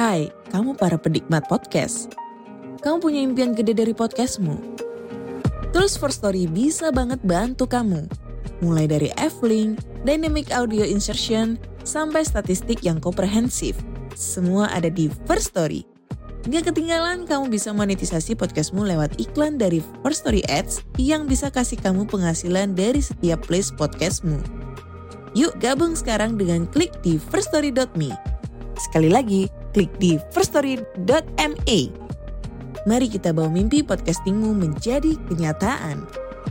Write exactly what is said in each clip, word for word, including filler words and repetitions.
Hai, kamu para penikmat podcast. Kamu punya impian gede dari podcastmu? Terus First Story bisa banget bantu kamu. Mulai dari F-Link, Dynamic Audio Insertion, sampai statistik yang komprehensif. Semua ada di First Story. Gak ketinggalan kamu bisa monetisasi podcastmu lewat iklan dari First Story Ads yang bisa kasih kamu penghasilan dari setiap place podcastmu. Yuk gabung sekarang dengan klik di first story dot me. Sekali lagi, klik di first story dot me. Mari kita bawa mimpi podcastingmu menjadi kenyataan.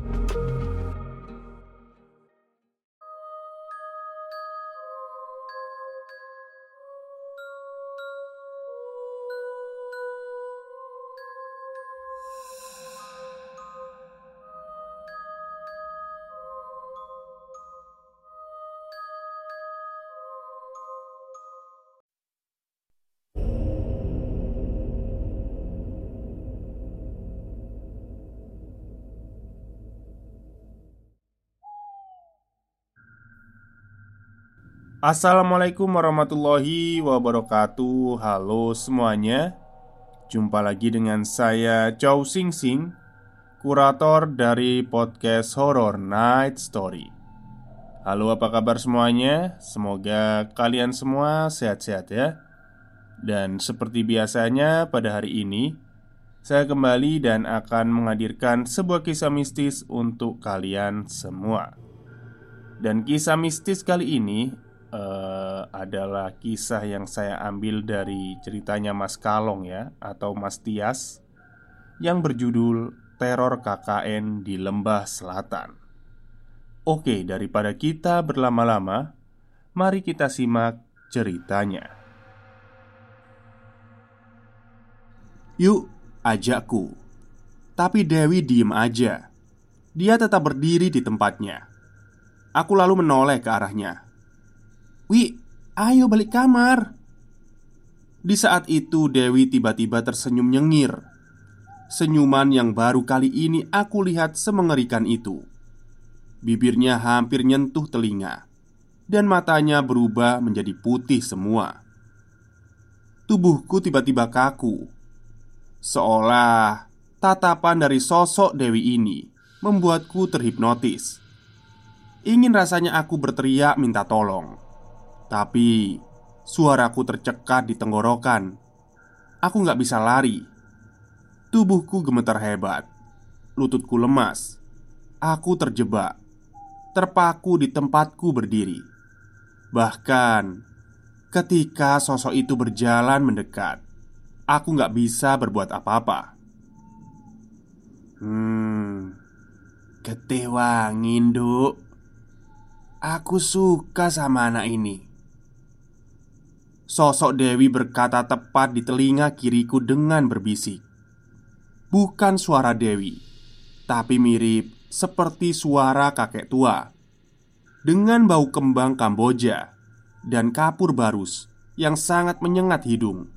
Assalamualaikum warahmatullahi wabarakatuh. Halo semuanya. Jumpa lagi dengan saya Chow Sing Sing, kurator dari podcast Horror Night Story. Halo, apa kabar semuanya? Semoga kalian semua sehat-sehat ya. Dan seperti biasanya pada hari ini saya kembali dan akan menghadirkan sebuah kisah mistis untuk kalian semua. Dan kisah mistis kali ini Uh, adalah kisah yang saya ambil dari ceritanya Mas Kalong ya, atau Mas Tias, yang berjudul Teror K K N di Lembah Selatan. Oke, daripada kita berlama-lama, mari kita simak ceritanya. Yuk, ajakku. Tapi Dewi diem aja. Dia tetap berdiri di tempatnya. Aku lalu menoleh ke arahnya. "Wi, ayo balik kamar." Di saat itu Dewi tiba-tiba tersenyum nyengir. Senyuman yang baru kali ini aku lihat semengerikan itu. Bibirnya hampir nyentuh telinga, dan matanya berubah menjadi putih semua. Tubuhku tiba-tiba kaku, seolah tatapan dari sosok Dewi ini membuatku terhipnotis. Ingin rasanya aku berteriak minta tolong, tapi suaraku tercekat di tenggorokan. Aku gak bisa lari. Tubuhku gemetar hebat. Lututku lemas. Aku terjebak, terpaku di tempatku berdiri. Bahkan ketika sosok itu berjalan mendekat, aku gak bisa berbuat apa-apa. Hmm, getih wangi, Nduk. Aku suka sama anak ini. Sosok Dewi berkata tepat di telinga kiriku dengan berbisik. Bukan suara Dewi, tapi mirip seperti suara kakek tua, dengan bau kembang Kamboja dan kapur barus yang sangat menyengat hidung.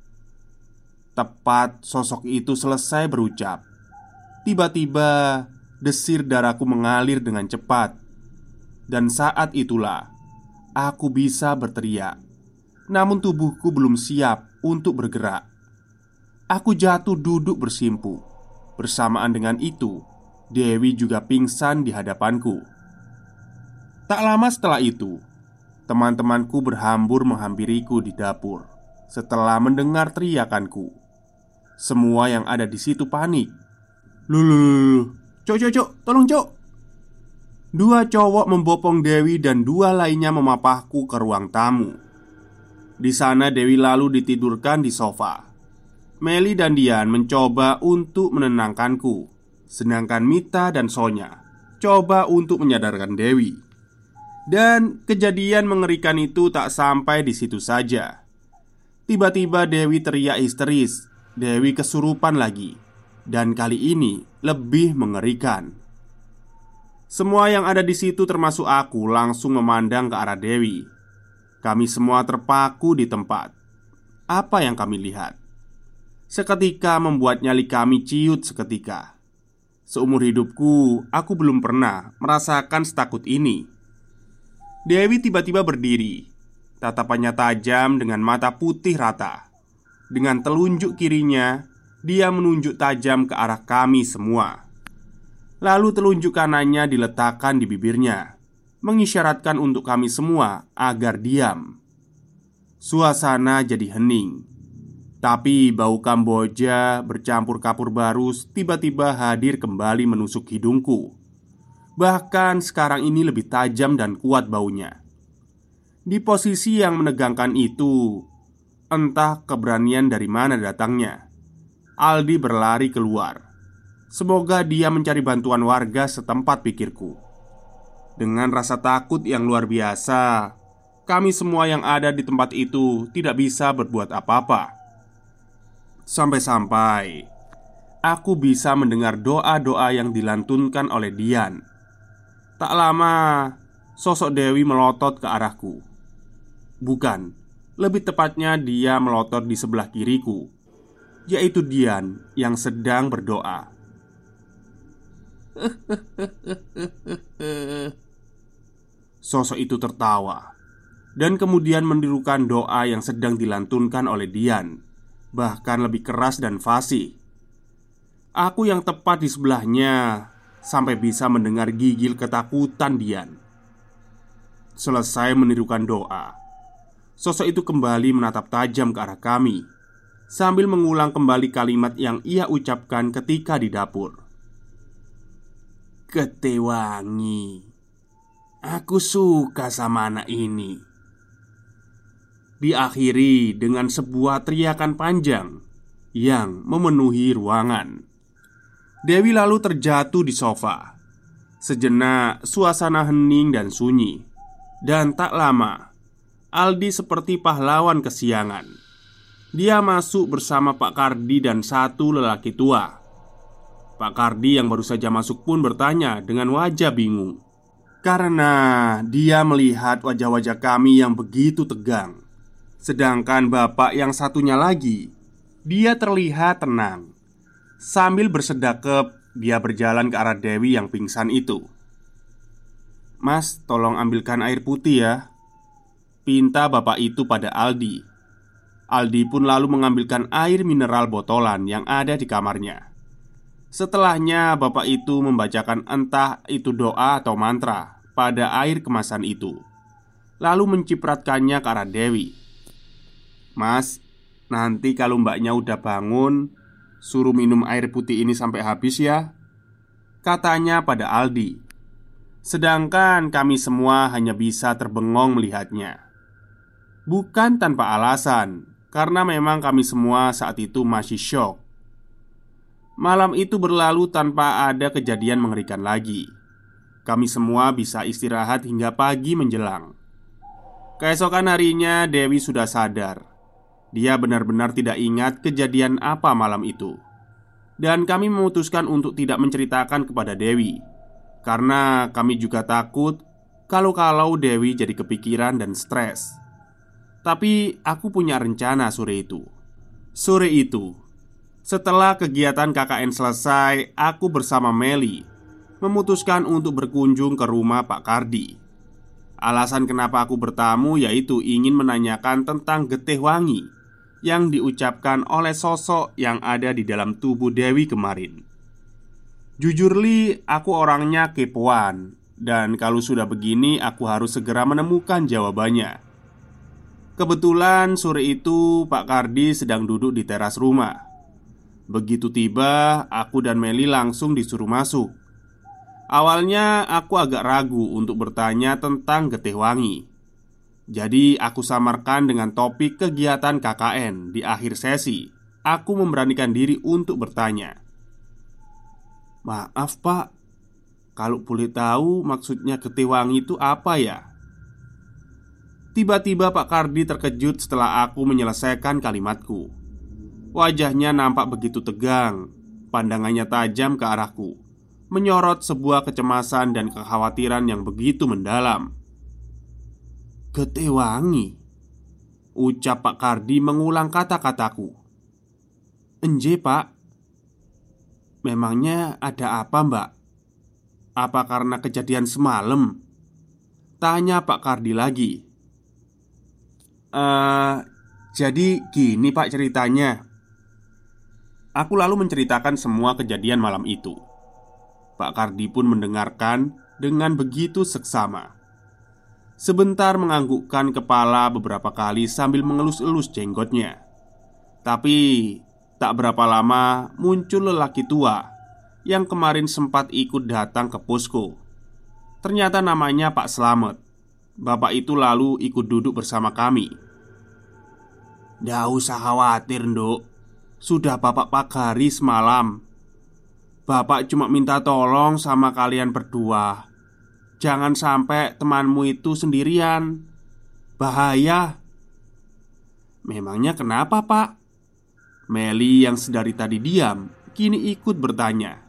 Tepat sosok itu selesai berucap, tiba-tiba desir darahku mengalir dengan cepat. Dan saat itulah aku bisa berteriak. Namun tubuhku belum siap untuk bergerak. Aku jatuh duduk bersimpu. Bersamaan dengan itu, Dewi juga pingsan di hadapanku. Tak lama setelah itu, teman-temanku berhambur menghampiriku di dapur. Setelah mendengar teriakanku, semua yang ada di situ panik. "Lulu, cok, cok, cok, tolong cok." Dua cowok membopong Dewi dan dua lainnya memapahku ke ruang tamu. Di sana Dewi lalu ditidurkan di sofa. Meli dan Dian mencoba untuk menenangkanku, sedangkan Mita dan Sonya coba untuk menyadarkan Dewi. Dan kejadian mengerikan itu tak sampai di situ saja. Tiba-tiba Dewi teriak histeris. Dewi kesurupan lagi, dan kali ini lebih mengerikan. Semua yang ada di situ termasuk aku langsung memandang ke arah Dewi. Kami semua terpaku di tempat. Apa yang kami lihat seketika membuat nyali kami ciut seketika. Seumur hidupku, aku belum pernah merasakan setakut ini. Dewi tiba-tiba berdiri. Tatapannya tajam dengan mata putih rata. Dengan telunjuk kirinya, dia menunjuk tajam ke arah kami semua. Lalu telunjuk kanannya diletakkan di bibirnya, mengisyaratkan untuk kami semua agar diam. Suasana jadi hening. Tapi bau Kamboja bercampur kapur barus tiba-tiba hadir kembali menusuk hidungku. Bahkan sekarang ini lebih tajam dan kuat baunya. Di posisi yang menegangkan itu, entah keberanian dari mana datangnya, Aldi berlari keluar. Semoga dia mencari bantuan warga setempat, pikirku. Dengan rasa takut yang luar biasa, kami semua yang ada di tempat itu tidak bisa berbuat apa-apa. Sampai-sampai aku bisa mendengar doa-doa yang dilantunkan oleh Dian. Tak lama, sosok Dewi melotot ke arahku. Bukan, lebih tepatnya dia melotot di sebelah kiriku, yaitu Dian yang sedang berdoa. Sosok itu tertawa dan kemudian menirukan doa yang sedang dilantunkan oleh Dian, bahkan lebih keras dan fasih. Aku yang tepat di sebelahnya sampai bisa mendengar gigil ketakutan Dian. Selesai menirukan doa, sosok itu kembali menatap tajam ke arah kami sambil mengulang kembali kalimat yang ia ucapkan ketika di dapur. Ketewangi. Aku suka sama anak ini. Diakhiri dengan sebuah teriakan panjang yang memenuhi ruangan. Dewi lalu terjatuh di sofa. Sejenak suasana hening dan sunyi. Dan tak lama, Aldi seperti pahlawan kesiangan. Dia masuk bersama Pak Kardi dan satu lelaki tua. Pak Kardi yang baru saja masuk pun bertanya dengan wajah bingung, karena dia melihat wajah-wajah kami yang begitu tegang. Sedangkan bapak yang satunya lagi, dia terlihat tenang. Sambil bersedekap, dia berjalan ke arah Dewi yang pingsan itu. Mas, tolong ambilkan air putih ya, pinta bapak itu pada Aldi. Aldi pun lalu mengambilkan air mineral botolan yang ada di kamarnya. Setelahnya bapak itu membacakan entah itu doa atau mantra pada air kemasan itu, lalu mencipratkannya ke arah Dewi. Mas, nanti kalau mbaknya udah bangun, suruh minum air putih ini sampai habis ya, katanya pada Aldi. Sedangkan kami semua hanya bisa terbengong melihatnya. Bukan tanpa alasan, karena memang kami semua saat itu masih syok. Malam itu berlalu tanpa ada kejadian mengerikan lagi. Kami semua bisa istirahat hingga pagi menjelang. Keesokan harinya Dewi sudah sadar. Dia benar-benar tidak ingat kejadian apa malam itu. Dan kami memutuskan untuk tidak menceritakan kepada Dewi, karena kami juga takut kalau-kalau Dewi jadi kepikiran dan stres. Tapi aku punya rencana sore itu. Sore itu, setelah kegiatan K K N selesai, aku bersama Meli memutuskan untuk berkunjung ke rumah Pak Kardi. Alasan kenapa aku bertamu yaitu ingin menanyakan tentang getih wangi yang diucapkan oleh sosok yang ada di dalam tubuh Dewi kemarin. Jujur Li, aku orangnya kepoan, dan kalau sudah begini aku harus segera menemukan jawabannya. Kebetulan sore itu Pak Kardi sedang duduk di teras rumah. Begitu tiba, aku dan Meli langsung disuruh masuk. Awalnya aku agak ragu untuk bertanya tentang getih wangi. Jadi aku samarkan dengan topik kegiatan K K N di akhir sesi. Aku memberanikan diri untuk bertanya. Maaf Pak, kalau boleh tahu maksudnya getih wangi itu apa ya? Tiba-tiba Pak Kardi terkejut setelah aku menyelesaikan kalimatku. Wajahnya nampak begitu tegang. Pandangannya tajam ke arahku, menyorot sebuah kecemasan dan kekhawatiran yang begitu mendalam. Getih wangi, ucap Pak Kardi mengulang kata-kataku. Enje Pak. Memangnya ada apa mbak? Apa karena kejadian semalam? Tanya Pak Kardi lagi. Eh, Jadi gini Pak ceritanya. Aku lalu menceritakan semua kejadian malam itu. Pak Kardi pun mendengarkan dengan begitu seksama. Sebentar menganggukkan kepala beberapa kali sambil mengelus-elus jenggotnya. Tapi tak berapa lama muncul lelaki tua yang kemarin sempat ikut datang ke posko. Ternyata namanya Pak Slamet. Bapak itu lalu ikut duduk bersama kami. "Nggak usah khawatir, Nduk. Sudah Bapak pagari semalam. Bapak cuma minta tolong sama kalian berdua. Jangan sampai temanmu itu sendirian. Bahaya." "Memangnya kenapa, Pak?" Meli yang sedari tadi diam kini ikut bertanya.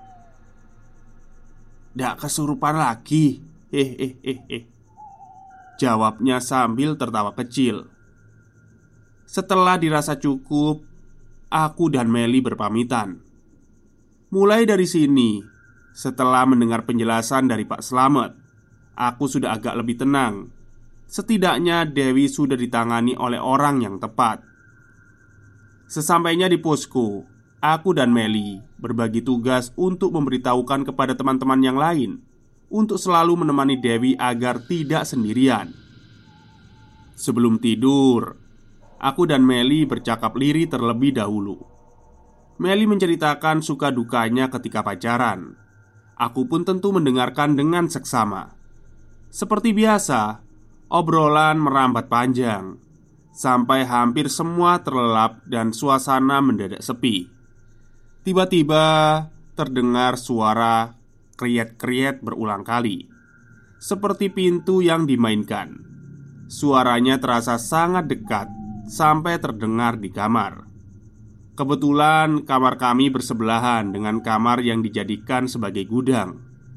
"Nggak kesurupan lagi?" Hehehe, jawabnya sambil tertawa kecil. Setelah dirasa cukup, aku dan Meli berpamitan. Mulai dari sini, setelah mendengar penjelasan dari Pak Slamet, aku sudah agak lebih tenang. Setidaknya Dewi sudah ditangani oleh orang yang tepat. Sesampainya di posko, aku dan Meli berbagi tugas untuk memberitahukan kepada teman-teman yang lain untuk selalu menemani Dewi agar tidak sendirian. Sebelum tidur, aku dan Meli bercakap liri terlebih dahulu. Meli menceritakan suka dukanya ketika pacaran. Aku pun tentu mendengarkan dengan seksama. Seperti biasa, obrolan merambat panjang sampai hampir semua terlelap dan suasana mendadak sepi. Tiba-tiba terdengar suara kriet-kriet berulang kali, seperti pintu yang dimainkan. Suaranya terasa sangat dekat sampai terdengar di kamar. Kebetulan kamar kami bersebelahan dengan kamar yang dijadikan sebagai gudang.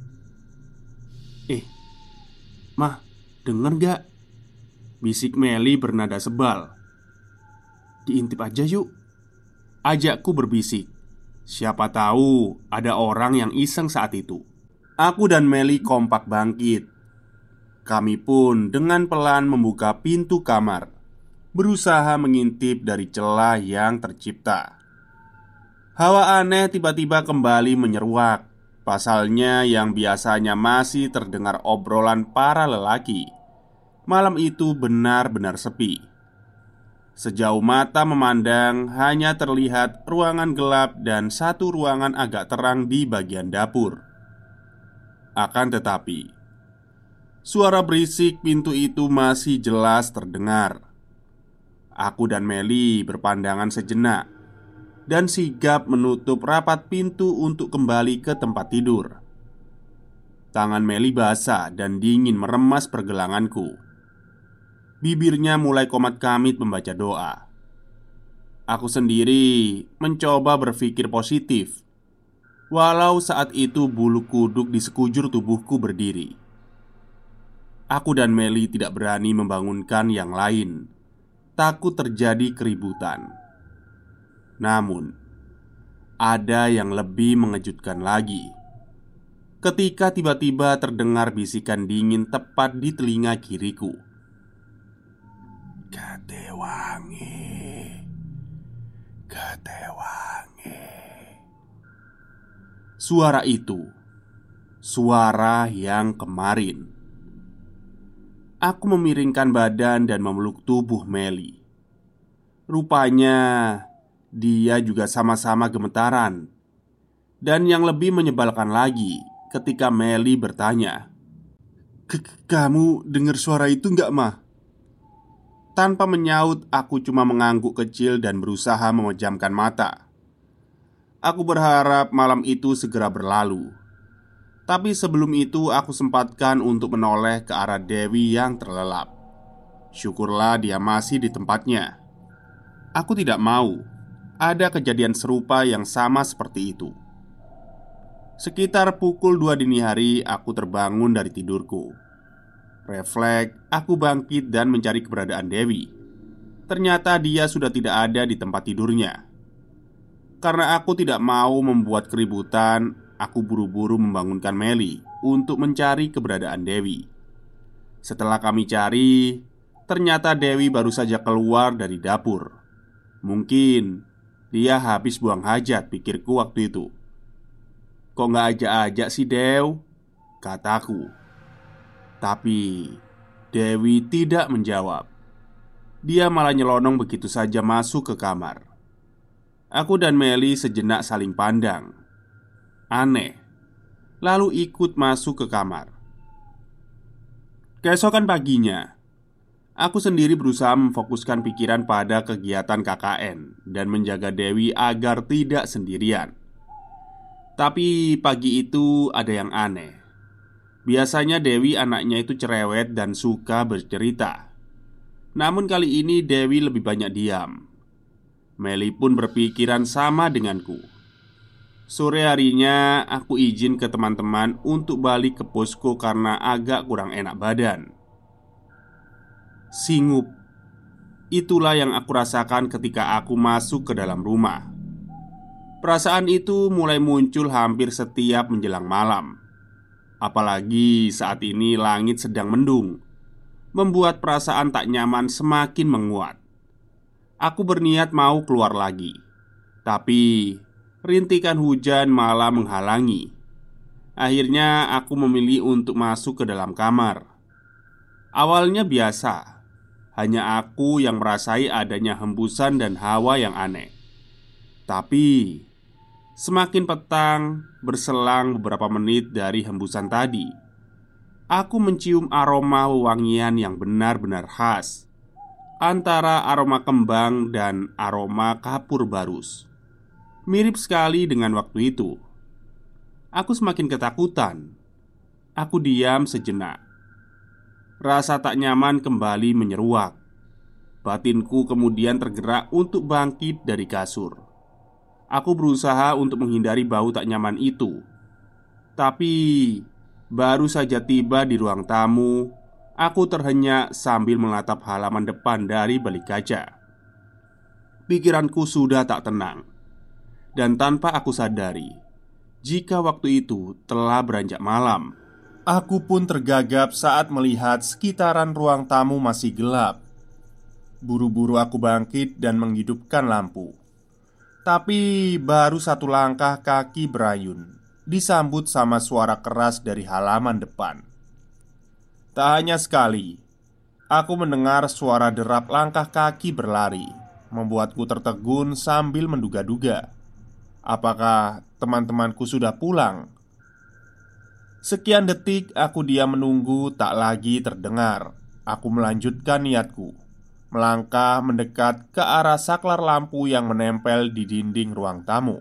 "Eh, Mah, denger gak?" bisik Meli bernada sebal. "Diintip aja yuk," ajakku berbisik. Siapa tahu ada orang yang iseng saat itu. Aku dan Meli kompak bangkit. Kami pun dengan pelan membuka pintu kamar, berusaha mengintip dari celah yang tercipta. Hawa aneh tiba-tiba kembali menyeruak. Pasalnya yang biasanya masih terdengar obrolan para lelaki, malam itu benar-benar sepi. Sejauh mata memandang, hanya terlihat ruangan gelap dan satu ruangan agak terang di bagian dapur. Akan tetapi, suara berisik pintu itu masih jelas terdengar. Aku dan Meli berpandangan sejenak dan sigap menutup rapat pintu untuk kembali ke tempat tidur. Tangan Meli basah dan dingin meremas pergelanganku. Bibirnya mulai komat-kamit membaca doa. Aku sendiri mencoba berpikir positif, walau saat itu bulu kuduk di sekujur tubuhku berdiri. Aku dan Meli tidak berani membangunkan yang lain, takut terjadi keributan. Namun, ada yang lebih mengejutkan lagi. Ketika tiba-tiba terdengar bisikan dingin tepat di telinga kiriku. "Gatewangi, Gatewangi." Suara itu, suara yang kemarin. Aku memiringkan badan dan memeluk tubuh Meli. Rupanya dia juga sama-sama gemetaran. Dan yang lebih menyebalkan lagi, ketika Meli bertanya, "Kamu dengar suara itu enggak, Mah?" Tanpa menyaut, aku cuma mengangguk kecil dan berusaha memejamkan mata. Aku berharap malam itu segera berlalu. Tapi sebelum itu aku sempatkan untuk menoleh ke arah Dewi yang terlelap. Syukurlah dia masih di tempatnya. Aku tidak mau ada kejadian serupa yang sama seperti itu. Sekitar pukul dua dini hari aku terbangun dari tidurku. Refleks, aku bangkit dan mencari keberadaan Dewi. Ternyata dia sudah tidak ada di tempat tidurnya. Karena aku tidak mau membuat keributan, aku buru-buru membangunkan Meli untuk mencari keberadaan Dewi. Setelah kami cari, ternyata Dewi baru saja keluar dari dapur. Mungkin dia habis buang hajat, pikirku waktu itu. "Kok nggak ajak-ajak sih, Dew?" kataku. Tapi Dewi tidak menjawab. Dia malah nyelonong begitu saja masuk ke kamar. Aku dan Meli sejenak saling pandang. Aneh. Lalu ikut masuk ke kamar. Keesokan paginya, aku sendiri berusaha memfokuskan pikiran pada kegiatan K K N dan menjaga Dewi agar tidak sendirian. Tapi pagi itu ada yang aneh. Biasanya Dewi anaknya itu cerewet dan suka bercerita. Namun kali ini Dewi lebih banyak diam. Meli pun berpikiran sama denganku. Sore harinya aku izin ke teman-teman untuk balik ke posko karena agak kurang enak badan. Singup. Itulah yang aku rasakan ketika aku masuk ke dalam rumah. Perasaan itu mulai muncul hampir setiap menjelang malam. Apalagi saat ini langit sedang mendung, membuat perasaan tak nyaman semakin menguat. Aku berniat mau keluar lagi, tapi rintikan hujan malah menghalangi. Akhirnya aku memilih untuk masuk ke dalam kamar. Awalnya biasa, hanya aku yang merasai adanya hembusan dan hawa yang aneh. Tapi semakin petang, berselang beberapa menit dari hembusan tadi, aku mencium aroma wewangian yang benar-benar khas, antara aroma kembang dan aroma kapur barus. Mirip sekali dengan waktu itu. Aku semakin ketakutan. Aku diam sejenak. Rasa tak nyaman kembali menyeruak. Batinku kemudian tergerak untuk bangkit dari kasur. Aku berusaha untuk menghindari bau tak nyaman itu. Tapi baru saja tiba di ruang tamu, aku terhenyak sambil menatap halaman depan dari balik kaca. Pikiranku sudah tak tenang. Dan tanpa aku sadari, jika waktu itu telah beranjak malam, aku pun tergagap saat melihat sekitaran ruang tamu masih gelap. Buru-buru aku bangkit dan menghidupkan lampu. Tapi baru satu langkah kaki berayun disambut sama suara keras dari halaman depan. Tak hanya sekali, aku mendengar suara derap langkah kaki berlari, membuatku tertegun sambil menduga-duga. Apakah teman-temanku sudah pulang? Sekian detik aku diam menunggu, tak lagi terdengar. Aku melanjutkan niatku, melangkah mendekat ke arah saklar lampu yang menempel di dinding ruang tamu.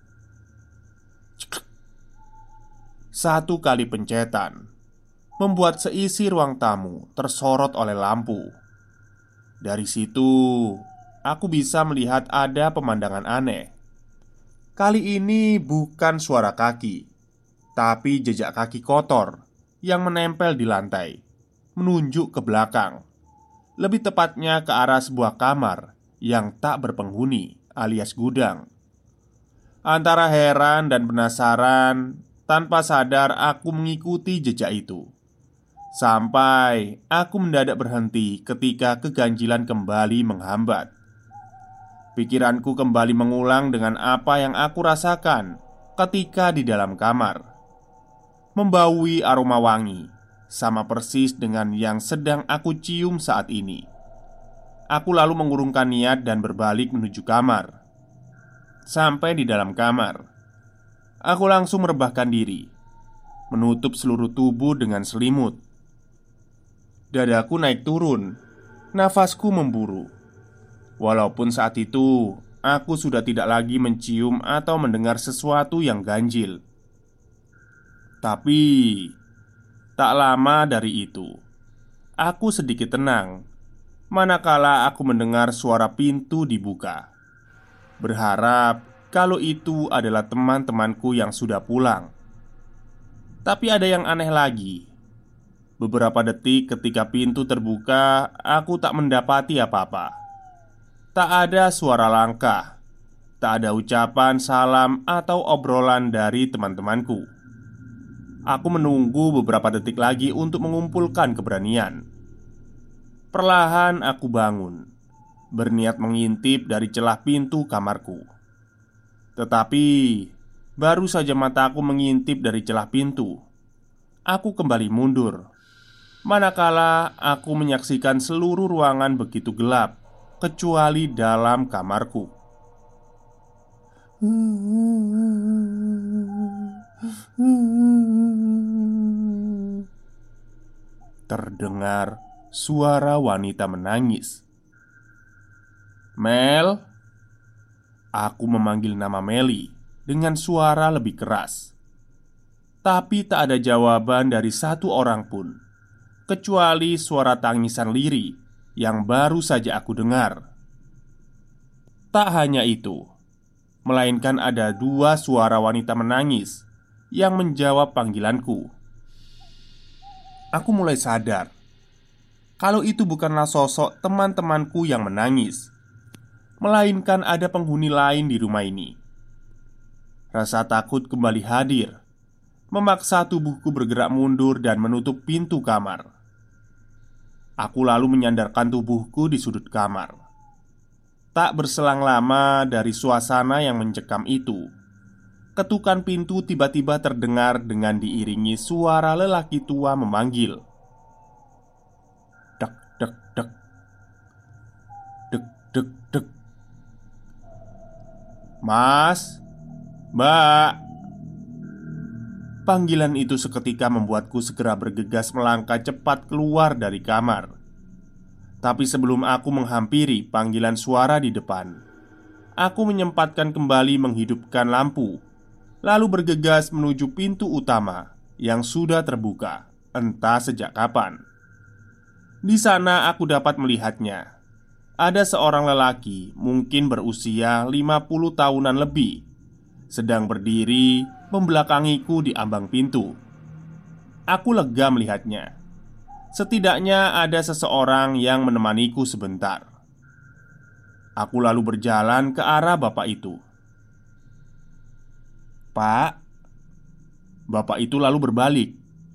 Satu kali pencetan membuat seisi ruang tamu tersorot oleh lampu. Dari situ, aku bisa melihat ada pemandangan aneh. Kali ini bukan suara kaki, tapi jejak kaki kotor yang menempel di lantai, menunjuk ke belakang. Lebih tepatnya ke arah sebuah kamar yang tak berpenghuni alias gudang. Antara heran dan penasaran, tanpa sadar aku mengikuti jejak itu. Sampai aku mendadak berhenti ketika keganjilan kembali menghambat. Pikiranku kembali mengulang dengan apa yang aku rasakan ketika di dalam kamar. Membaui aroma wangi, sama persis dengan yang sedang aku cium saat ini. Aku lalu mengurungkan niat dan berbalik menuju kamar. Sampai di dalam kamar, aku langsung merebahkan diri, menutup seluruh tubuh dengan selimut. Dadaku naik turun, nafasku memburu. Walaupun saat itu aku sudah tidak lagi mencium atau mendengar sesuatu yang ganjil. Tapi tak lama dari itu, aku sedikit tenang manakala aku mendengar suara pintu dibuka. Berharap kalau itu adalah teman-temanku yang sudah pulang. Tapi ada yang aneh lagi. Beberapa detik ketika pintu terbuka, aku tak mendapati apa-apa. Tak ada suara langkah, tak ada ucapan salam atau obrolan dari teman-temanku. Aku menunggu beberapa detik lagi untuk mengumpulkan keberanian. Perlahan aku bangun, berniat mengintip dari celah pintu kamarku. Tetapi baru saja mataku mengintip dari celah pintu, aku kembali mundur. Manakala aku menyaksikan seluruh ruangan begitu gelap, kecuali dalam kamarku. Terdengar suara wanita menangis. "Mel." Aku memanggil nama Meli dengan suara lebih keras. Tapi tak ada jawaban dari satu orang pun, kecuali suara tangisan lirih yang baru saja aku dengar. Tak hanya itu, melainkan ada dua suara wanita menangis yang menjawab panggilanku. Aku mulai sadar kalau itu bukanlah sosok teman-temanku yang menangis, melainkan ada penghuni lain di rumah ini. Rasa takut kembali hadir, memaksa tubuhku bergerak mundur dan menutup pintu kamar. Aku lalu menyandarkan tubuhku di sudut kamar. Tak berselang lama dari suasana yang mencekam itu, ketukan pintu tiba-tiba terdengar dengan diiringi suara lelaki tua memanggil. Dek, dek, dek. Dek, dek, dek. "Mas, Mbak." Panggilan itu seketika membuatku segera bergegas melangkah cepat keluar dari kamar. Tapi sebelum aku menghampiri panggilan suara di depan, aku menyempatkan kembali menghidupkan lampu, lalu bergegas menuju pintu utama yang sudah terbuka entah sejak kapan. Di sana aku dapat melihatnya. Ada seorang lelaki, mungkin berusia lima puluh tahunan lebih, sedang berdiri membelakangiku di ambang pintu. Aku lega melihatnya. Setidaknya ada seseorang yang menemaniku sebentar. Aku lalu berjalan ke arah bapak itu. "Pak." Bapak itu lalu berbalik.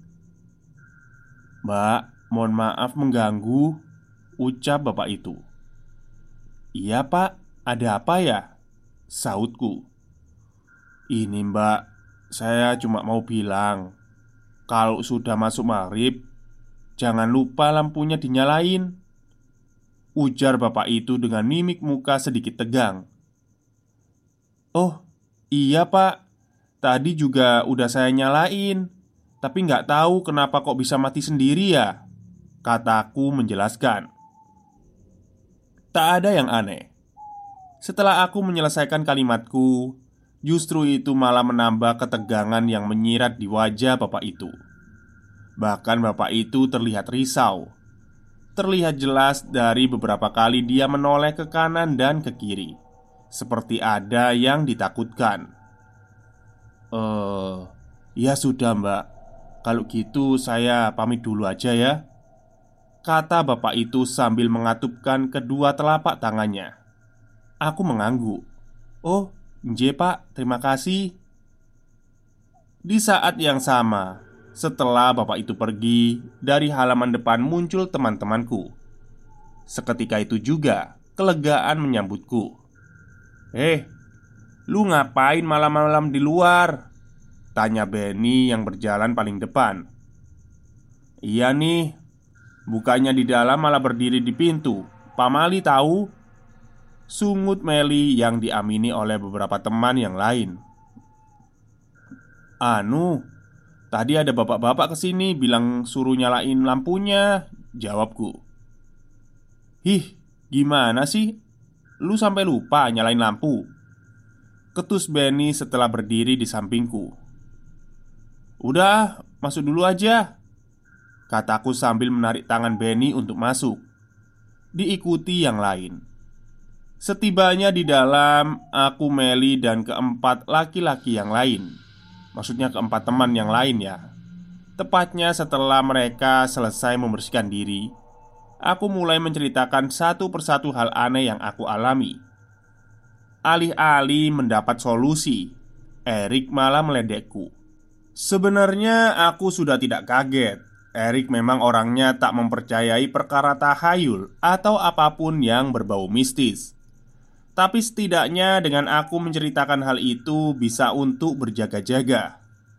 "Mbak, mohon maaf mengganggu," ucap bapak itu. "Iya pak, ada apa ya?" sautku. "Ini mbak, saya cuma mau bilang, kalau sudah masuk maghrib, jangan lupa lampunya dinyalain," ujar bapak itu dengan mimik muka sedikit tegang. "Oh iya pak, tadi juga udah saya nyalain, tapi nggak tahu kenapa kok bisa mati sendiri ya," kataku menjelaskan. Tak ada yang aneh. Setelah aku menyelesaikan kalimatku, justru itu malah menambah ketegangan yang menyirat di wajah bapak itu. Bahkan bapak itu terlihat risau. Terlihat jelas dari beberapa kali dia menoleh ke kanan dan ke kiri, seperti ada yang ditakutkan. Eh, ya sudah mbak, kalau gitu saya pamit dulu aja ya," kata bapak itu sambil mengatupkan kedua telapak tangannya. Aku mengangguk. "Oh, nje pak, terima kasih." Di saat yang sama, setelah bapak itu pergi, dari halaman depan muncul teman-temanku. Seketika itu juga kelegaan menyambutku. "Eh, lu ngapain malam-malam di luar?" tanya Benny yang berjalan paling depan. "Iya nih, bukannya di dalam malah berdiri di pintu. Pak Mali tahu?" sungut Meli yang diamini oleh beberapa teman yang lain. "Anu, tadi ada bapak-bapak kesini bilang suruh nyalain lampunya," jawabku. "Hih, gimana sih? Lu sampai lupa nyalain lampu?" ketus Benny setelah berdiri di sampingku. "Udah, masuk dulu aja," kataku sambil menarik tangan Benny untuk masuk, diikuti yang lain. Setibanya di dalam, aku, Meli, dan keempat laki-laki yang lain, maksudnya keempat teman yang lain ya. Tepatnya setelah mereka selesai membersihkan diri, aku mulai menceritakan satu persatu hal aneh yang aku alami. Alih-alih mendapat solusi, Erik malah meledekku. Sebenarnya aku sudah tidak kaget Erik memang orangnya tak mempercayai perkara tahayul atau apapun yang berbau mistis. Tapi setidaknya dengan aku menceritakan hal itu bisa untuk berjaga-jaga.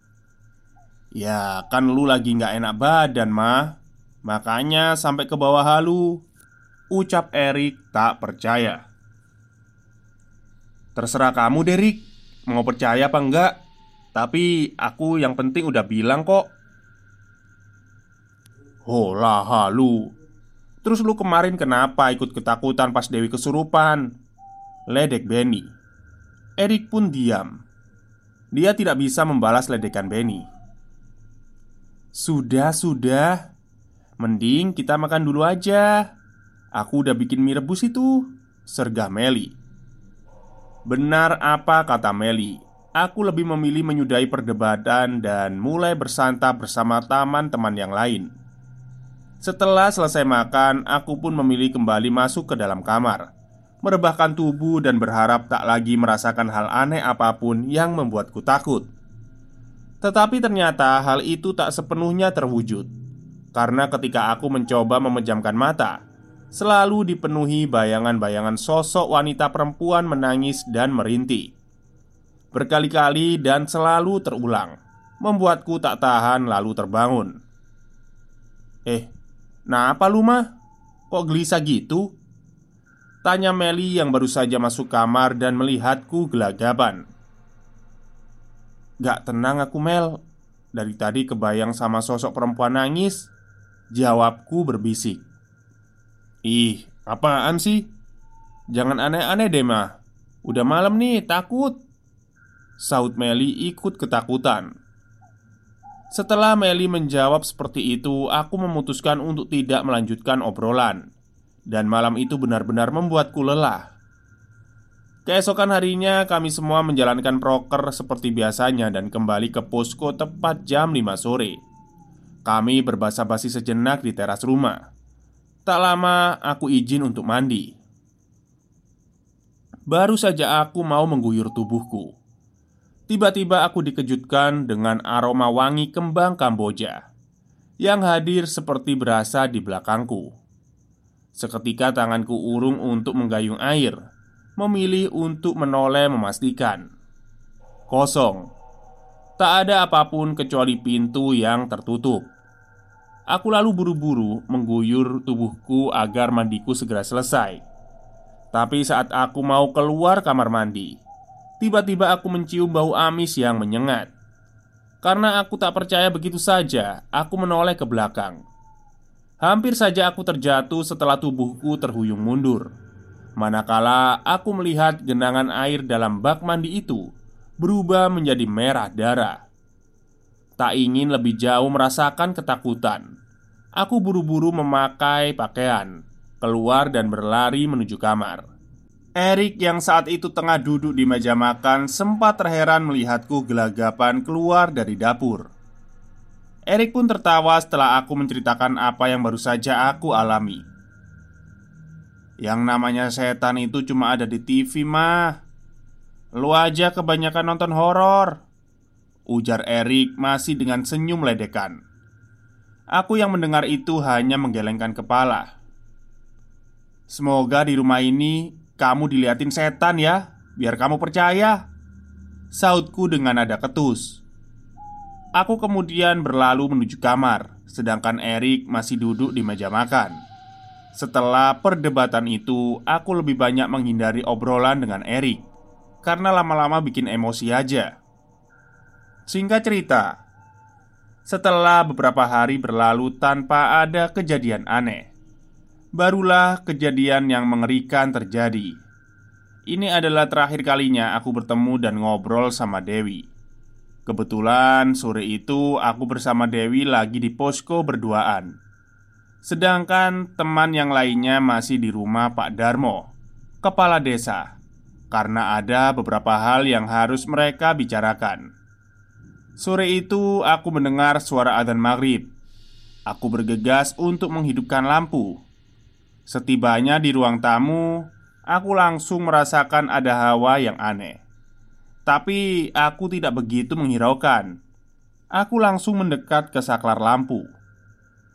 Ya kan lu lagi gak enak badan mah, makanya sampai ke bawah halu, ucap Erik tak percaya. Terserah kamu Derik, mau percaya apa enggak. Tapi aku yang penting udah bilang kok. Holah halu. Terus lu kemarin kenapa ikut ketakutan pas Dewi kesurupan? Ledek Benny. Erik pun diam. Dia tidak bisa membalas ledekan Benny. Sudah, sudah. Mending kita makan dulu aja. Aku udah bikin mie rebus itu, sergah Meli. Benar apa kata Meli. Aku lebih memilih menyudahi perdebatan dan mulai bersantap bersama teman-teman yang lain. Setelah selesai makan, aku pun memilih kembali masuk ke dalam kamar, merebahkan tubuh dan berharap tak lagi merasakan hal aneh apapun yang membuatku takut. Tetapi ternyata hal itu tak sepenuhnya terwujud. Karena ketika aku mencoba memejamkan mata, selalu dipenuhi bayangan-bayangan sosok wanita perempuan menangis dan merintih. Berkali-kali dan selalu terulang, membuatku tak tahan lalu terbangun. Eh, kenapa lu mah? Kok gelisah gitu? Tanya Meli yang baru saja masuk kamar dan melihatku gelagapan. Gak tenang aku Mel. Dari tadi kebayang sama sosok perempuan nangis. Jawabku berbisik. Ih, apaan sih? Jangan aneh-aneh deh mah. Udah malam nih, takut. Saut Meli ikut ketakutan. Setelah Meli menjawab seperti itu, aku memutuskan untuk tidak melanjutkan obrolan. Dan malam itu benar-benar membuatku lelah. Keesokan harinya kami semua menjalankan proker seperti biasanya dan kembali ke posko tepat jam lima sore. Kami berbasa-basi sejenak di teras rumah. Tak lama aku izin untuk mandi. Baru saja aku mau mengguyur tubuhku, tiba-tiba aku dikejutkan dengan aroma wangi kembang Kamboja yang hadir seperti berasa di belakangku. Seketika tanganku urung untuk menggayung air, memilih untuk menoleh memastikan kosong. Tak ada apapun kecuali pintu yang tertutup. Aku lalu buru-buru mengguyur tubuhku agar mandiku segera selesai. Tapi saat aku mau keluar kamar mandi, tiba-tiba aku mencium bau amis yang menyengat. Karena aku tak percaya begitu saja, aku menoleh ke belakang. Hampir saja aku terjatuh setelah tubuhku terhuyung mundur. Manakala aku melihat genangan air dalam bak mandi itu berubah menjadi merah darah. Tak ingin lebih jauh merasakan ketakutan, aku buru-buru memakai pakaian, keluar dan berlari menuju kamar. Erik yang saat itu tengah duduk di meja makan sempat terheran melihatku gelagapan keluar dari dapur. Erik pun tertawa setelah aku menceritakan apa yang baru saja aku alami. Yang namanya setan itu cuma ada di T V mah. Lu aja kebanyakan nonton horor, ujar Erik masih dengan senyum ledekan. Aku yang mendengar itu hanya menggelengkan kepala. Semoga di rumah ini kamu diliatin setan ya, biar kamu percaya, sautku dengan nada ketus. Aku kemudian berlalu menuju kamar, sedangkan Erik masih duduk di meja makan. Setelah perdebatan itu, aku lebih banyak menghindari obrolan dengan Erik karena lama-lama bikin emosi aja. Singkat cerita, setelah beberapa hari berlalu tanpa ada kejadian aneh, barulah kejadian yang mengerikan terjadi. Ini adalah terakhir kalinya aku bertemu dan ngobrol sama Dewi. Kebetulan sore itu aku bersama Dewi lagi di posko berduaan. Sedangkan teman yang lainnya masih di rumah Pak Darmo, kepala desa, karena ada beberapa hal yang harus mereka bicarakan. Sore itu aku mendengar suara adzan maghrib. Aku bergegas untuk menghidupkan lampu. Setibanya di ruang tamu, aku langsung merasakan ada hawa yang aneh. Tapi aku tidak begitu menghiraukan. Aku langsung mendekat ke saklar lampu.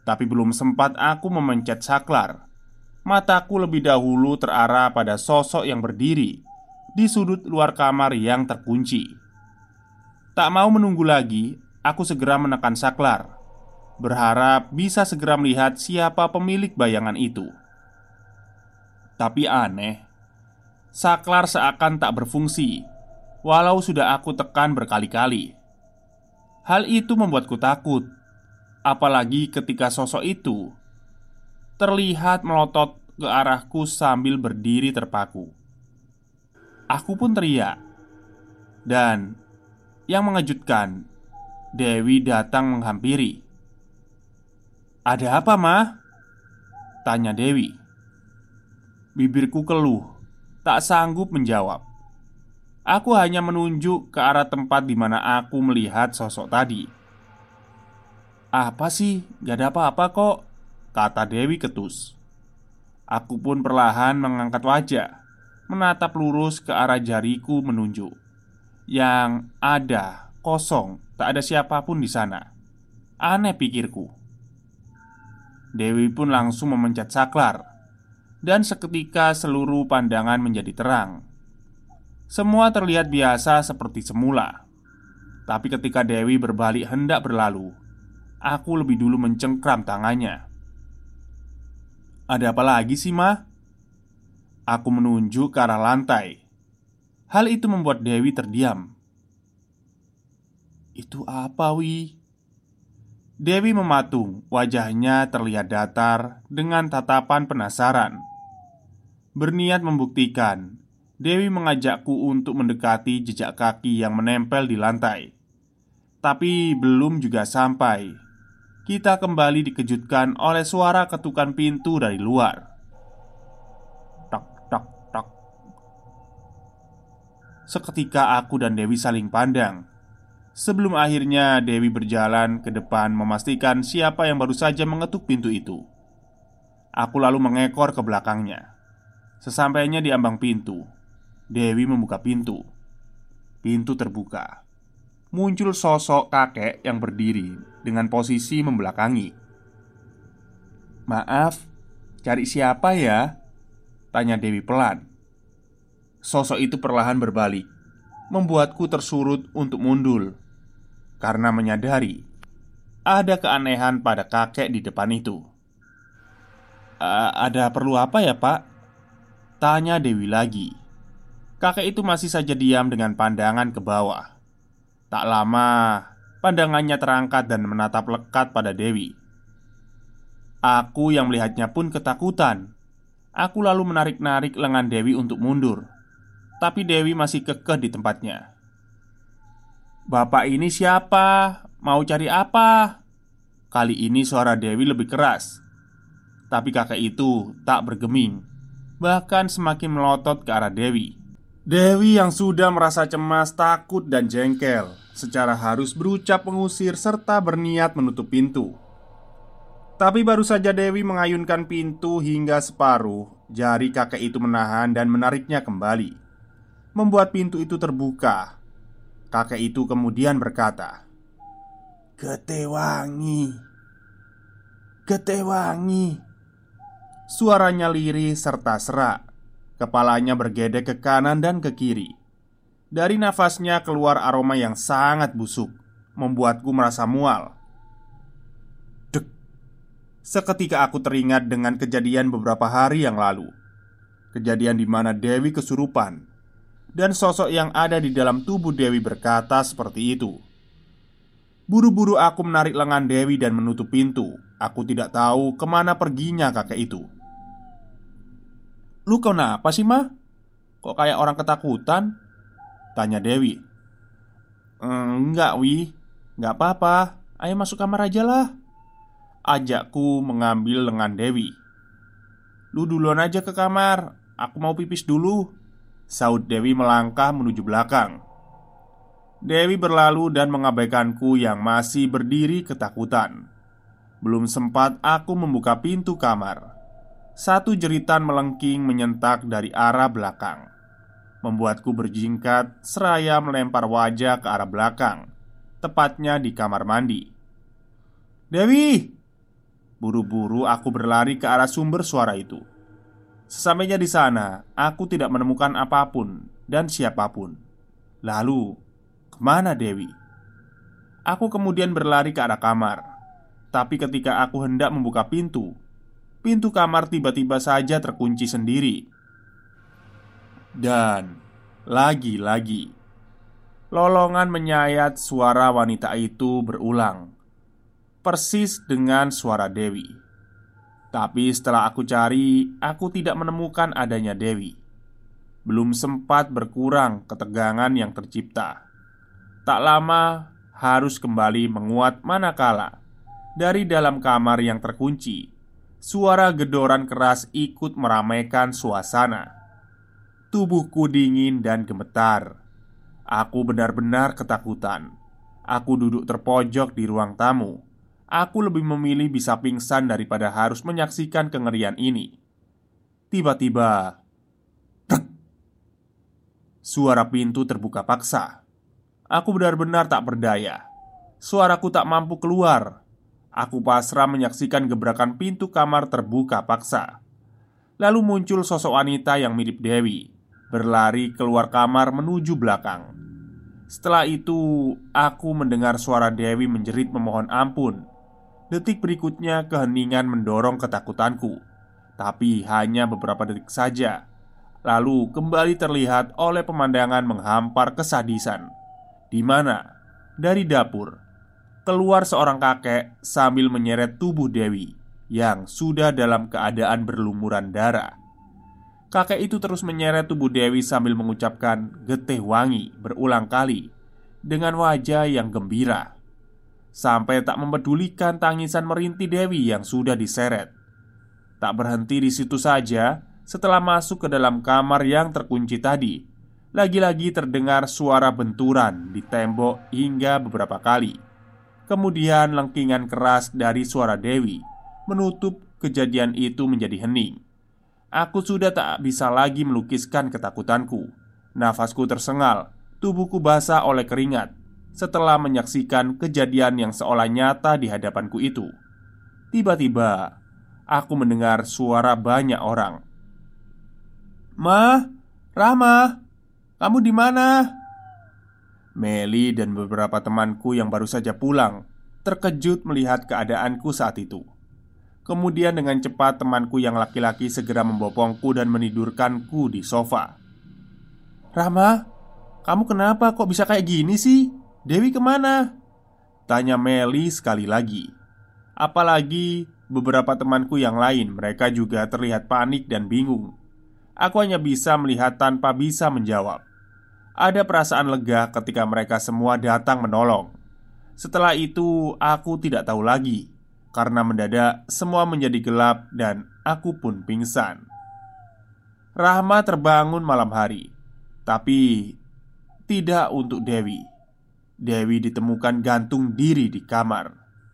Tapi belum sempat aku memencet saklar, mataku lebih dahulu terarah pada sosok yang berdiri di sudut luar kamar yang terkunci. Tak mau menunggu lagi, aku segera menekan saklar, berharap bisa segera melihat siapa pemilik bayangan itu. Tapi aneh, saklar seakan tak berfungsi, walau sudah aku tekan berkali-kali. Hal itu membuatku takut, apalagi ketika sosok itu terlihat melotot ke arahku sambil berdiri terpaku. Aku pun teriak. Dan yang mengejutkan, Dewi datang menghampiri. "Ada apa, Ma?" tanya Dewi. Bibirku keluh, tak sanggup menjawab. Aku hanya menunjuk ke arah tempat di mana aku melihat sosok tadi. "Apa sih? Gak ada apa-apa kok," kata Dewi ketus. Aku pun perlahan mengangkat wajah, menatap lurus ke arah jariku menunjuk. Yang ada kosong, tak ada siapapun di sana. Aneh, pikirku. Dewi pun langsung memencet saklar, dan seketika seluruh pandangan menjadi terang. Semua terlihat biasa seperti semula. Tapi ketika Dewi berbalik hendak berlalu, aku lebih dulu mencengkram tangannya. "Ada apa lagi sih, Ma?" Aku menunjuk ke arah lantai. Hal itu membuat Dewi terdiam. "Itu apa, Wi?" Dewi mematung, wajahnya terlihat datar dengan tatapan penasaran. Berniat membuktikan, Dewi mengajakku untuk mendekati jejak kaki yang menempel di lantai. Tapi belum juga sampai, kita kembali dikejutkan oleh suara ketukan pintu dari luar. Tok, tok, tok. Seketika aku dan Dewi saling pandang, sebelum akhirnya Dewi berjalan ke depan memastikan siapa yang baru saja mengetuk pintu itu. Aku lalu mengekor ke belakangnya. Sesampainya di ambang pintu, Dewi membuka pintu. Pintu terbuka. Muncul sosok kakek yang berdiri dengan posisi membelakangi. "Maaf, cari siapa ya?" tanya Dewi pelan. Sosok itu perlahan berbalik, membuatku tersurut untuk mundur, karena menyadari ada keanehan pada kakek di depan itu. "A- Ada perlu apa ya, Pak?" tanya Dewi lagi. Kakek itu masih saja diam dengan pandangan ke bawah. Tak lama, pandangannya terangkat dan menatap lekat pada Dewi. Aku yang melihatnya pun ketakutan. Aku lalu menarik-narik lengan Dewi untuk mundur, tapi Dewi masih kekeh di tempatnya. "Bapak ini siapa? Mau cari apa?" Kali ini suara Dewi lebih keras. Tapi kakek itu tak bergeming, bahkan semakin melotot ke arah Dewi. Dewi yang sudah merasa cemas, takut, dan jengkel secara harus berucap mengusir serta berniat menutup pintu. Tapi baru saja Dewi mengayunkan pintu hingga separuh, jari kakek itu menahan dan menariknya kembali, membuat pintu itu terbuka. Kakek itu kemudian berkata, "Getewangi, Getewangi." Suaranya lirih serta serak. Kepalanya bergedek ke kanan dan ke kiri. Dari nafasnya keluar aroma yang sangat busuk, membuatku merasa mual. Dek. Seketika aku teringat dengan kejadian beberapa hari yang lalu. Kejadian di mana Dewi kesurupan, dan sosok yang ada di dalam tubuh Dewi berkata seperti itu. Buru-buru aku menarik lengan Dewi dan menutup pintu. Aku tidak tahu kemana perginya kakek itu. "Lu kenapa sih, Ma? Kok kayak orang ketakutan?" tanya Dewi. "Enggak, Wi. Enggak apa-apa. Ayo masuk kamar aja lah," ajakku mengambil lengan Dewi. "Lu duluan aja ke kamar. Aku mau pipis dulu," saut Dewi melangkah menuju belakang. Dewi berlalu dan mengabaikanku yang masih berdiri ketakutan. Belum sempat aku membuka pintu kamar, satu jeritan melengking menyentak dari arah belakang, membuatku berjingkat seraya melempar wajah ke arah belakang, tepatnya di kamar mandi. "Dewi!" Buru-buru aku berlari ke arah sumber suara itu. Sesampainya di sana, aku tidak menemukan apapun dan siapapun. Lalu, kemana Dewi? Aku kemudian berlari ke arah kamar. Tapi ketika aku hendak membuka pintu, pintu kamar tiba-tiba saja terkunci sendiri. Dan lagi-lagi lolongan menyayat suara wanita itu berulang, persis dengan suara Dewi. Tapi setelah aku cari, aku tidak menemukan adanya Dewi. Belum sempat berkurang ketegangan yang tercipta. Tak lama harus kembali menguat manakala dari dalam kamar yang terkunci, suara gedoran keras ikut meramaikan suasana. Tubuhku dingin dan gemetar. Aku benar-benar ketakutan. Aku duduk terpojok di ruang tamu. Aku lebih memilih bisa pingsan daripada harus menyaksikan kengerian ini. Tiba-tiba, tek! Suara pintu terbuka paksa. Aku benar-benar tak berdaya. Suaraku tak mampu keluar. Aku pasrah menyaksikan gebrakan pintu kamar terbuka paksa. Lalu muncul sosok wanita yang mirip Dewi, berlari keluar kamar menuju belakang. Setelah itu, aku mendengar suara Dewi menjerit memohon ampun. Detik berikutnya keheningan mendorong ketakutanku. Tapi hanya beberapa detik saja. Lalu kembali terlihat oleh pemandangan menghampar kesadisan, di mana dari dapur keluar seorang kakek sambil menyeret tubuh Dewi yang sudah dalam keadaan berlumuran darah. Kakek itu terus menyeret tubuh Dewi sambil mengucapkan getih wangi berulang kali dengan wajah yang gembira, sampai tak mempedulikan tangisan merintih Dewi yang sudah diseret. Tak berhenti di situ saja, setelah masuk ke dalam kamar yang terkunci tadi, lagi-lagi terdengar suara benturan di tembok hingga beberapa kali. Kemudian lengkingan keras dari suara Dewi menutup kejadian itu menjadi hening. Aku sudah tak bisa lagi melukiskan ketakutanku. Nafasku tersengal, tubuhku basah oleh keringat setelah menyaksikan kejadian yang seolah nyata di hadapanku itu. Tiba-tiba, aku mendengar suara banyak orang. "Ma, Rama, kamu di mana?" Meli dan beberapa temanku yang baru saja pulang terkejut melihat keadaanku saat itu. Kemudian dengan cepat temanku yang laki-laki segera membopongku dan menidurkanku di sofa. "Rama, kamu kenapa kok bisa kayak gini sih? Dewi kemana?" tanya Meli sekali lagi. Apalagi beberapa temanku yang lain, mereka juga terlihat panik dan bingung. Aku hanya bisa melihat tanpa bisa menjawab. Ada perasaan lega ketika mereka semua datang menolong. Setelah itu, aku tidak tahu lagi, karena mendadak semua menjadi gelap dan aku pun pingsan. Rahma terbangun malam hari, tapi tidak untuk Dewi. Dewi ditemukan gantung diri di kamar.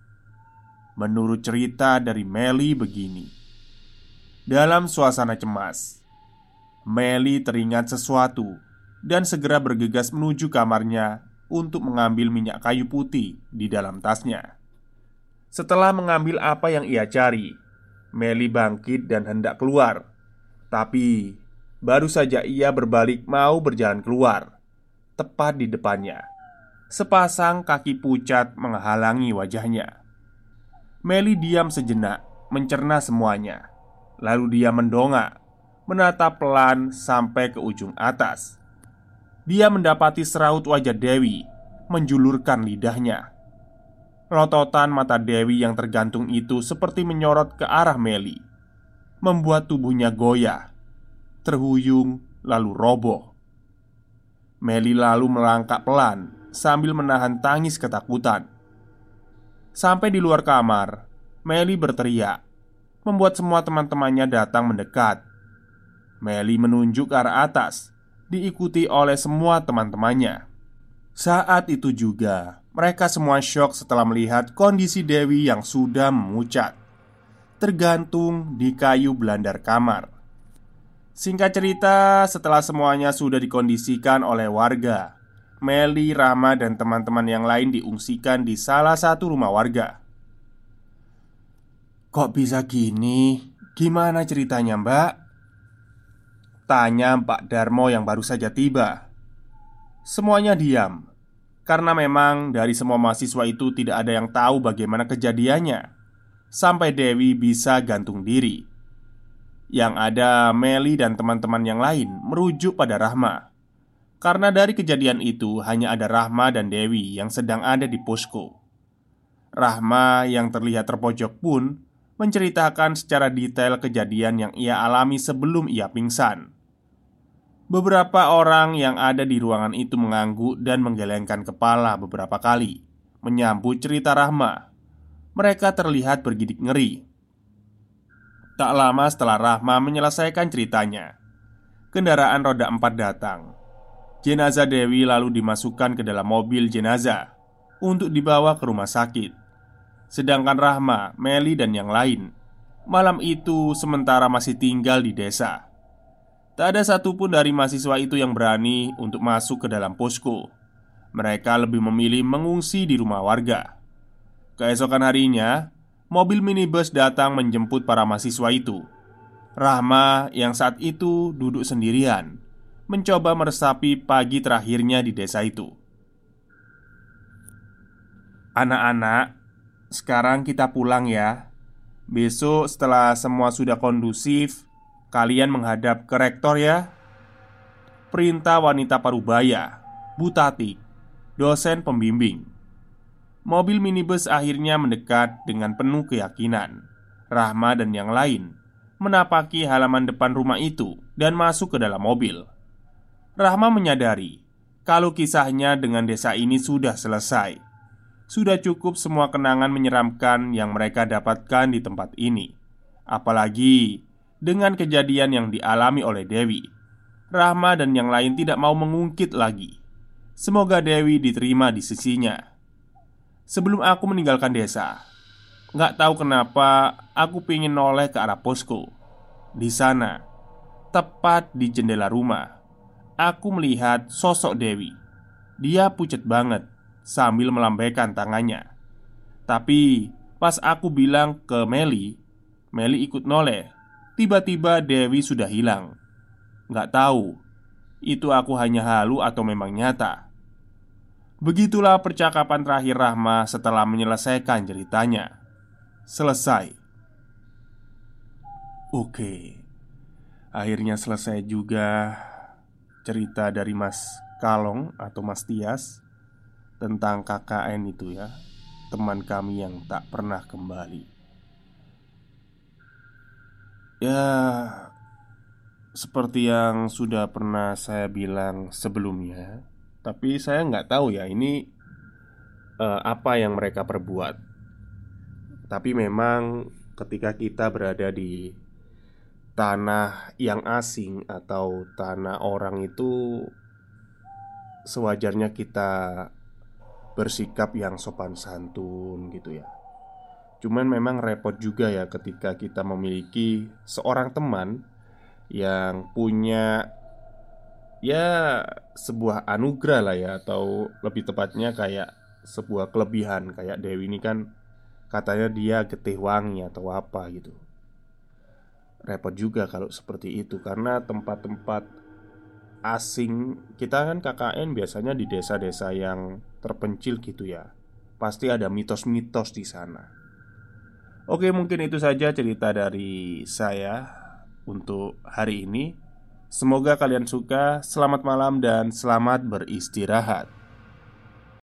Menurut cerita dari Meli begini. Dalam suasana cemas, Meli teringat sesuatu dan segera bergegas menuju kamarnya untuk mengambil minyak kayu putih di dalam tasnya. Setelah mengambil apa yang ia cari, Meli bangkit dan hendak keluar. Tapi baru saja ia berbalik mau berjalan keluar, tepat di depannya sepasang kaki pucat menghalangi wajahnya. Meli diam sejenak, mencerna semuanya. Lalu dia mendongak, menatap pelan sampai ke ujung atas. Dia mendapati seraut wajah Dewi menjulurkan lidahnya. Lototan mata Dewi yang tergantung itu seperti menyorot ke arah Meli, membuat tubuhnya goyah, terhuyung lalu roboh. Meli lalu melangkah pelan sambil menahan tangis ketakutan. Sampai di luar kamar, Meli berteriak, membuat semua teman-temannya datang mendekat. Meli menunjuk ke arah atas, diikuti oleh semua teman-temannya. Saat itu juga, mereka semua syok setelah melihat kondisi Dewi yang sudah memucat, tergantung di kayu belandar kamar. Singkat cerita, setelah semuanya sudah dikondisikan oleh warga, Meli, Rama, dan teman-teman yang lain diungsikan di salah satu rumah warga. Kok bisa gini? Gimana ceritanya, Mbak? Tanya Pak Darmo yang baru saja tiba. Semuanya diam, karena memang dari semua mahasiswa itu tidak ada yang tahu bagaimana kejadiannya sampai Dewi bisa gantung diri. Yang ada Meli dan teman-teman yang lain merujuk pada Rahma, karena dari kejadian itu hanya ada Rahma dan Dewi yang sedang ada di posko. Rahma yang terlihat terpojok pun menceritakan secara detail kejadian yang ia alami sebelum ia pingsan. Beberapa orang yang ada di ruangan itu mengangguk dan menggelengkan kepala beberapa kali menyambut cerita Rahma. Mereka terlihat bergidik ngeri. Tak lama setelah Rahma menyelesaikan ceritanya, kendaraan roda empat datang. Jenazah Dewi lalu dimasukkan ke dalam mobil jenazah untuk dibawa ke rumah sakit. Sedangkan Rahma, Meli dan yang lain malam itu sementara masih tinggal di desa. Tak ada satupun dari mahasiswa itu yang berani untuk masuk ke dalam posko. Mereka lebih memilih mengungsi di rumah warga. Keesokan harinya, mobil minibus datang menjemput para mahasiswa itu. Rahma yang saat itu duduk sendirian mencoba meresapi pagi terakhirnya di desa itu. "Anak-anak, sekarang kita pulang ya. Besok setelah semua sudah kondusif, kalian menghadap ke rektor ya," perintah wanita parubaya, Bu Tati, dosen pembimbing. Mobil minibus akhirnya mendekat dengan penuh keyakinan. Rahma dan yang lain menapaki halaman depan rumah itu dan masuk ke dalam mobil. Rahma menyadari kalau kisahnya dengan desa ini sudah selesai. Sudah cukup semua kenangan menyeramkan yang mereka dapatkan di tempat ini. Apalagi dengan kejadian yang dialami oleh Dewi. Rahma dan yang lain tidak mau mengungkit lagi. Semoga Dewi diterima di sisinya. "Sebelum aku meninggalkan desa, nggak tahu kenapa aku pengen noleh ke arah posko. Di sana, tepat di jendela rumah, aku melihat sosok Dewi. Dia pucat banget sambil melambaikan tangannya. Tapi pas aku bilang ke Meli, Meli ikut noleh. Tiba-tiba Dewi sudah hilang. Nggak tahu itu aku hanya halu atau memang nyata." Begitulah percakapan terakhir Rahma setelah menyelesaikan ceritanya. Selesai. Oke, akhirnya selesai juga cerita dari Mas Kalong atau Mas Tias tentang K K N itu ya, teman kami yang tak pernah kembali. Ya, seperti yang sudah pernah saya bilang sebelumnya, tapi saya nggak tahu ya ini eh, apa yang mereka perbuat. Tapi memang ketika kita berada di tanah yang asing atau tanah orang itu, sewajarnya kita bersikap yang sopan santun gitu ya. Cuman memang repot juga ya ketika kita memiliki seorang teman yang punya, ya, sebuah anugerah lah ya, atau lebih tepatnya kayak sebuah kelebihan. Kayak Dewi ini kan katanya dia getih wangi atau apa gitu. Repot juga kalau seperti itu, karena tempat-tempat asing, kita kan K K N biasanya di desa-desa yang terpencil gitu ya. Pasti ada mitos-mitos di sana. Oke, mungkin itu saja cerita dari saya untuk hari ini. Semoga kalian suka. Selamat malam dan selamat beristirahat.